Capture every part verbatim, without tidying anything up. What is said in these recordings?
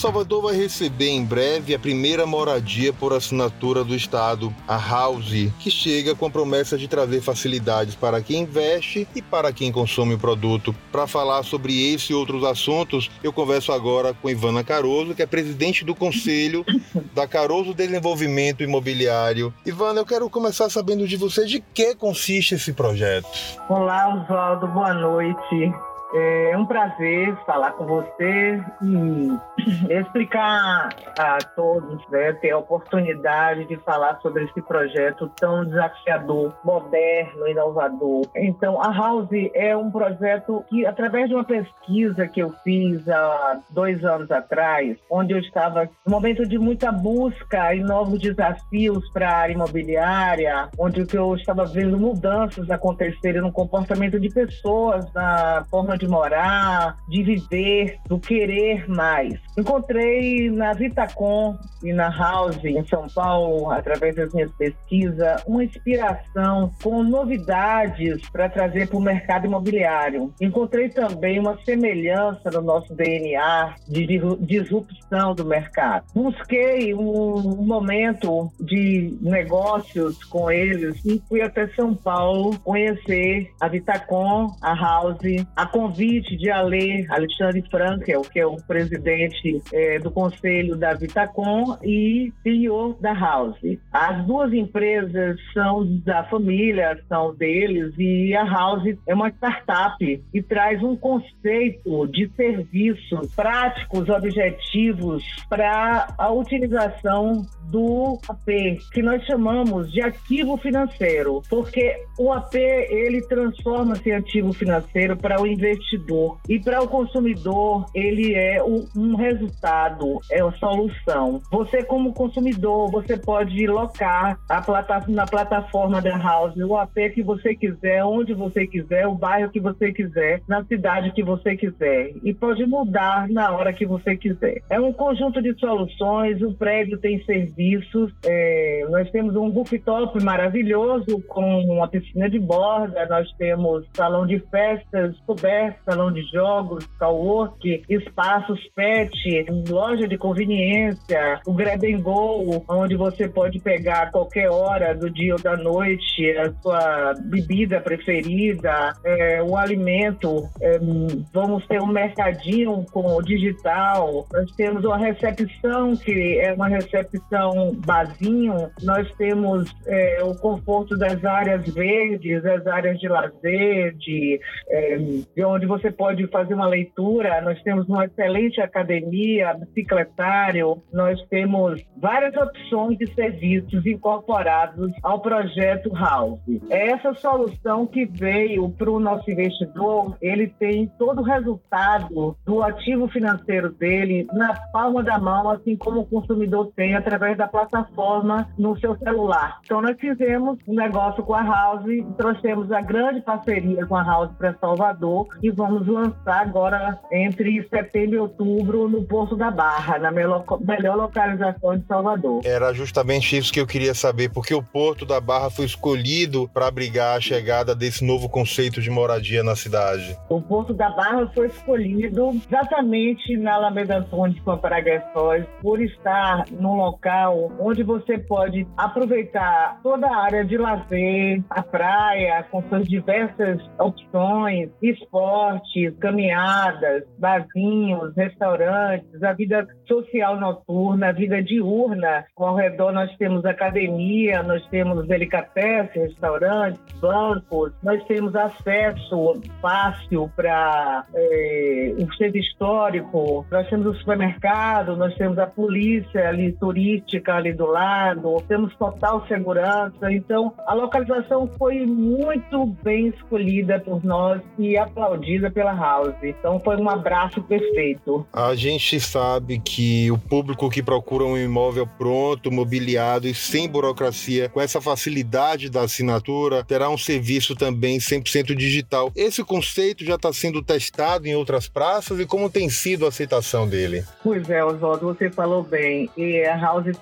Salvador vai receber em breve a primeira moradia por assinatura do Estado, a House, que chega com a promessa de trazer facilidades para quem investe e para quem consome o produto. Para falar sobre esse e outros assuntos, eu converso agora com Ivana Caroso, que é presidente do Conselho da Caroso Desenvolvimento Imobiliário. Ivana, eu quero começar sabendo de você de que consiste esse projeto. Olá, Oswaldo, boa noite. É um prazer falar com você e explicar a todos, né, ter a oportunidade de falar sobre esse projeto tão desafiador, moderno, inovador. Então, a House é um projeto que, através de uma pesquisa que eu fiz há dois anos atrás, onde eu estava no momento de muita busca e novos desafios para a área imobiliária, onde eu estava vendo mudanças acontecerem no comportamento de pessoas, na forma de de morar, de viver, do querer mais. Encontrei na Vitacom e na House, em São Paulo, através das minhas pesquisas, uma inspiração com novidades para trazer para o mercado imobiliário. Encontrei também uma semelhança no nosso D N A de disrupção do mercado. Busquei um momento de negócios com eles e fui até São Paulo conhecer a Vitacom, a House, a convite de Ale, Alexandre Frankel, que é o presidente é, do Conselho da Vitacom e C E O da House. As duas empresas são da família, são deles, e a House é uma startup e traz um conceito de serviços práticos, objetivos para a utilização do A P, que nós chamamos de ativo financeiro, porque o A P ele transforma-se em ativo financeiro para o investidor e para o consumidor ele é um resultado, é uma solução. Você como consumidor, você pode locar a plata, na plataforma da House o A P que você quiser, onde você quiser, o bairro que você quiser, na cidade que você quiser e pode mudar na hora que você quiser. É um conjunto de soluções, o prédio tem serviços, é, nós temos um rooftop maravilhoso com uma piscina de borda, nós temos salão de festas coberto, salão de jogos, cowork, espaços pet, loja de conveniência, o Grab and Go, onde você pode pegar a qualquer hora do dia ou da noite a sua bebida preferida, é, o alimento. É, vamos ter um mercadinho com o digital, nós temos uma recepção que é uma recepção barzinho, nós temos é, o conforto das áreas verdes, as áreas de lazer, de, é, de onde você pode fazer uma leitura, nós temos uma excelente academia, bicicletário, nós temos várias opções de serviços incorporados ao projeto House. É essa solução que veio para o nosso investidor, ele tem todo o resultado do ativo financeiro dele na palma da mão, assim como o consumidor tem através da plataforma no seu celular. Então nós fizemos um negócio com a House, trouxemos a grande parceria com a House para Salvador e vamos lançar agora entre setembro e outubro no Porto da Barra, na melhor, melhor localização de Salvador. Era justamente isso que eu queria saber, porque o Porto da Barra foi escolhido para abrigar a chegada desse novo conceito de moradia na cidade. O Porto da Barra foi escolhido exatamente na Alameda Antônio de Paraguaçós, por estar num local onde você pode aproveitar toda a área de lazer, a praia, com suas diversas opções, esportes, caminhadas, barzinhos, restaurantes, a vida social noturna, a vida diurna. Ao redor nós temos academia, nós temos delicatessen, restaurantes, bancos, nós temos acesso fácil para é, o centro histórico, nós temos o supermercado, nós temos a polícia ali turística ali do lado, temos total segurança. Então, a localização foi muito bem escolhida por nós e aplaudida pela House. Então, foi um abraço perfeito. A gente sabe que o público que procura um imóvel pronto, mobiliado e sem burocracia, com essa facilidade da assinatura, terá um serviço também cem por cento digital. Esse conceito já está sendo testado em outras praças e como tem sido a aceitação dele? Pois é, Oswaldo, você falou bem. E a House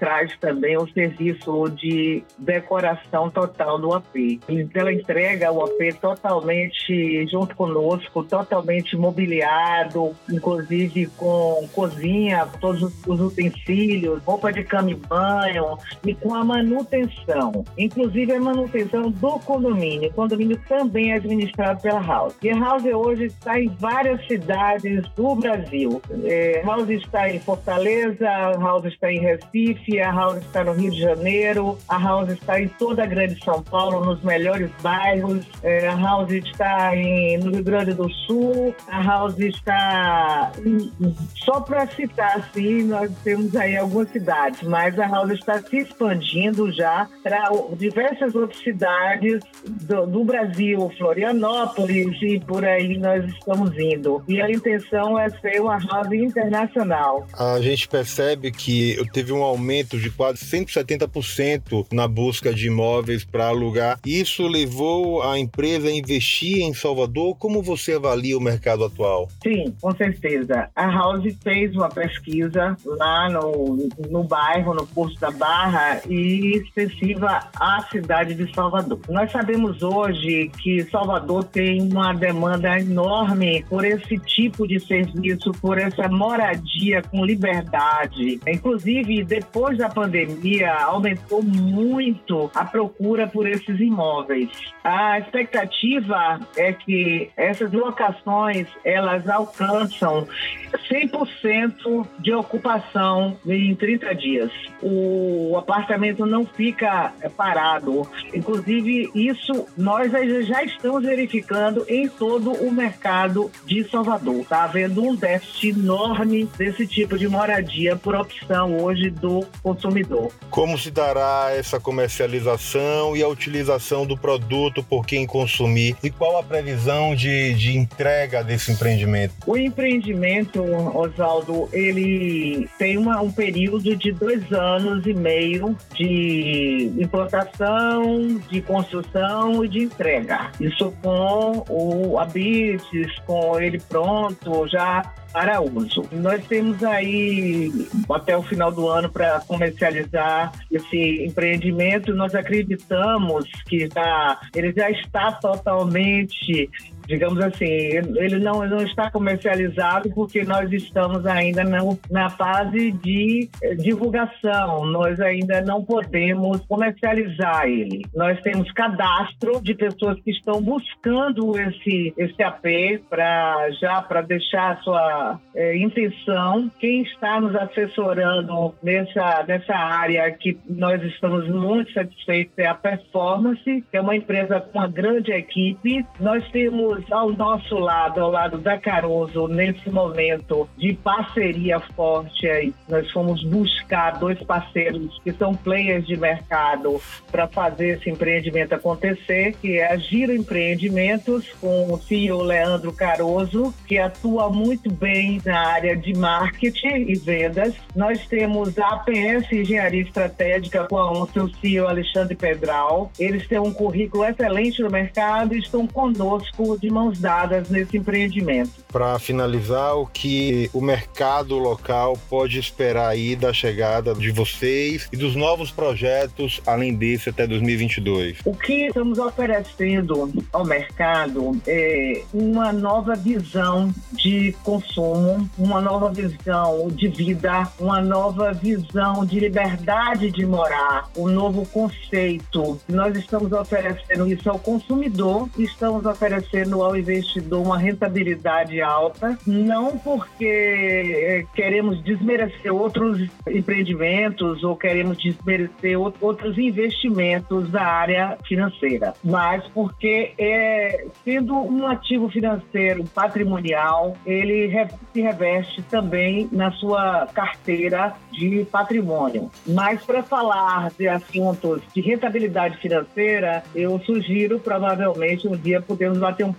traz também o serviço de decoração total do A P. Ela entrega o A P totalmente junto conosco, totalmente mobiliado, inclusive com cozinha, todos os utensílios, roupa de cama e banho, e com a manutenção, inclusive a manutenção do condomínio. O condomínio também é administrado pela House. E a House hoje está em várias cidades do Brasil. É, a House está em Fortaleza, a House está em Recife, a House está no Rio de Janeiro, a House está em toda a Grande São Paulo, nos melhores bairros, é, a House está em, no Rio Grande do Sul, a House está... Em, só para citar, assim, nós temos aí algumas cidades, mas a House está se expandindo já para diversas outras cidades do, do Brasil, Florianópolis, e por aí nós estamos indo. E a intenção é ser uma House internacional. A gente percebe que teve um aumento de quase cento e setenta por cento na busca de imóveis para alugar. Isso levou a empresa a investir em Salvador? Como você avalia o mercado atual? Sim, com certeza. A House fez uma pesquisa lá no, no bairro, no Curso da Barra, e extensiva à cidade de Salvador. Nós sabemos hoje que Salvador tem uma demanda enorme por esse tipo de serviço, por essa moradia com liberdade. Inclusive, depois da pandemia, aumentou muito a procura por esses imóveis. A expectativa é que essas locações, elas alcançam cem por cento de ocupação em trinta dias. O apartamento não fica parado. Inclusive, isso nós já estamos verificando em todo o mercado de Salvador. Está havendo um déficit enorme desse tipo de moradia por opção hoje do consumidor. Como se dará essa comercialização e a utilização do produto por quem consumir? E qual a previsão de, de entrega desse empreendimento? O empreendimento, Oswaldo, ele tem uma, um período de dois anos e meio de implantação, de construção e de entrega. Isso com o Habites, com ele pronto, já para uso. Nós temos aí até o final do ano para comercializar esse empreendimento. Nós acreditamos que tá, ele já está totalmente, digamos assim, ele não, não está comercializado porque nós estamos ainda na, na fase de divulgação. Nós ainda não podemos comercializar ele. Nós temos cadastro de pessoas que estão buscando esse, esse A P para já para deixar a sua É, intenção. Quem está nos assessorando nessa, nessa área que nós estamos muito satisfeitos é a Performance, que é uma empresa com uma grande equipe. Nós temos ao nosso lado, ao lado da Caroso, nesse momento de parceria forte, aí, nós fomos buscar dois parceiros que são players de mercado para fazer esse empreendimento acontecer, que é a Giro Empreendimentos, com o C E O Leandro Caroso, que atua muito bem na área de marketing e vendas. Nós temos a A P S Engenharia Estratégica com o seu C E O Alexandre Pedral. Eles têm um currículo excelente no mercado e estão conosco de mãos dadas nesse empreendimento. Para finalizar, o que o mercado local pode esperar aí da chegada de vocês e dos novos projetos, além desse, até dois mil e vinte e dois? O que estamos oferecendo ao mercado é uma nova visão de consumo, uma nova visão de vida, uma nova visão de liberdade de morar, um novo conceito. Nós estamos oferecendo isso ao consumidor, estamos oferecendo ao investidor uma rentabilidade alta, não porque queremos desmerecer outros empreendimentos ou queremos desmerecer outros investimentos da área financeira, mas porque é, sendo um ativo financeiro patrimonial, ele se reveste também na sua carteira de patrimônio. Mas para falar de assuntos de rentabilidade financeira, eu sugiro provavelmente um dia podemos bater um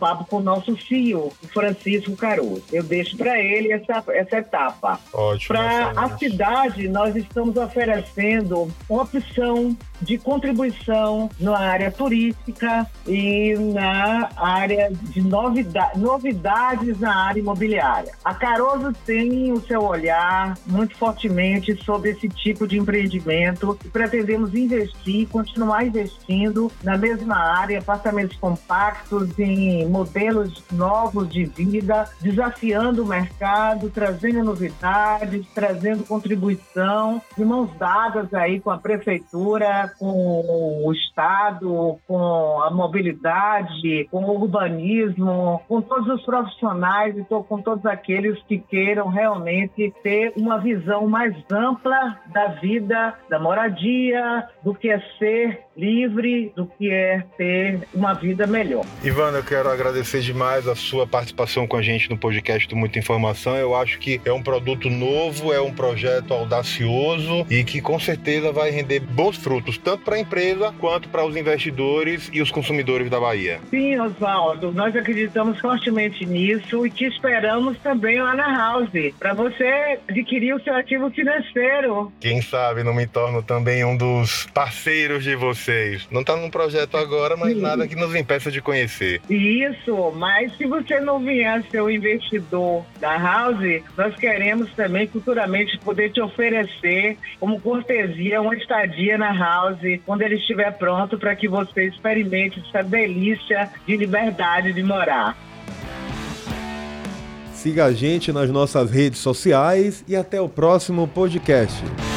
papo com o nosso C E O, o Francisco Caruso. Eu deixo para ele essa, essa etapa. Ótimo. Para a cidade, nós estamos oferecendo uma opção de contribuição na área turística e na área de novidade, novidades na área imobiliária. A Caruso tem o seu olhar muito fortemente sobre esse tipo de empreendimento e pretendemos investir, continuar investindo na mesma área, apartamentos compactos, em modelos novos de vida, desafiando o mercado, trazendo novidades, trazendo contribuição, de mãos dadas aí com a prefeitura, com o Estado, com a mobilidade, com o urbanismo, com todos os profissionais e com todos aqueles que queiram realmente ter uma visão mais ampla da vida, da moradia, do que é ser livre, do que é ter uma vida melhor. Ivana, eu quero agradecer demais a sua participação com a gente no podcast do Muita Informação. Eu acho que é um produto novo, é um projeto audacioso e que com certeza vai render bons frutos, tanto para a empresa quanto para os investidores e os consumidores da Bahia. Sim, Oswaldo, nós acreditamos fortemente nisso e te esperamos também lá na House, para você adquirir o seu ativo financeiro. Quem sabe não me torno também um dos parceiros de vocês. Não está num projeto agora, mas Sim. nada que nos impeça de conhecer. Isso, mas se você não vier ser o investidor da House, nós queremos também futuramente poder te oferecer como cortesia uma estadia na House quando ele estiver pronto para que você experimente essa delícia de liberdade de morar. Siga a gente nas nossas redes sociais e até o próximo podcast.